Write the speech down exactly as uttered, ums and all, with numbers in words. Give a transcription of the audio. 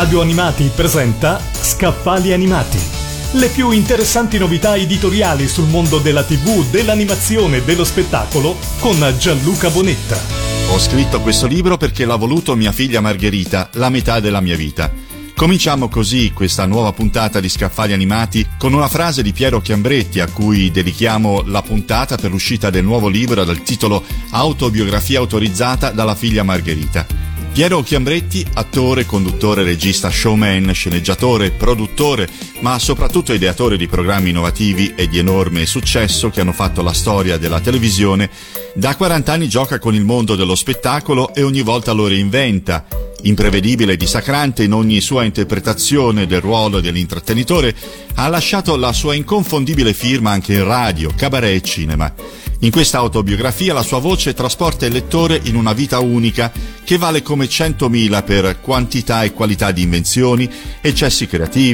Radio Animati presenta Scaffali Animati. Le più interessanti novità editoriali sul mondo della tivù, dell'animazione e dello spettacolo con Gianluca Bonetta. Ho scritto questo libro perché l'ha voluto mia figlia Margherita, la metà della mia vita. Cominciamo così questa nuova puntata di Scaffali Animati con una frase di Piero Chiambretti a cui dedichiamo la puntata per l'uscita del nuovo libro dal titolo Autobiografia autorizzata dalla figlia Margherita. Piero Chiambretti, attore, conduttore, regista, showman, sceneggiatore, produttore, ma soprattutto ideatore di programmi innovativi e di enorme successo che hanno fatto la storia della televisione, da quaranta anni gioca con il mondo dello spettacolo e ogni volta lo reinventa. Imprevedibile e dissacrante in ogni sua interpretazione del ruolo dell'intrattenitore, ha lasciato la sua inconfondibile firma anche in radio, cabaret e cinema. In questa autobiografia la sua voce trasporta il lettore in una vita unica che vale come centomila per quantità e qualità di invenzioni, eccessi creativi,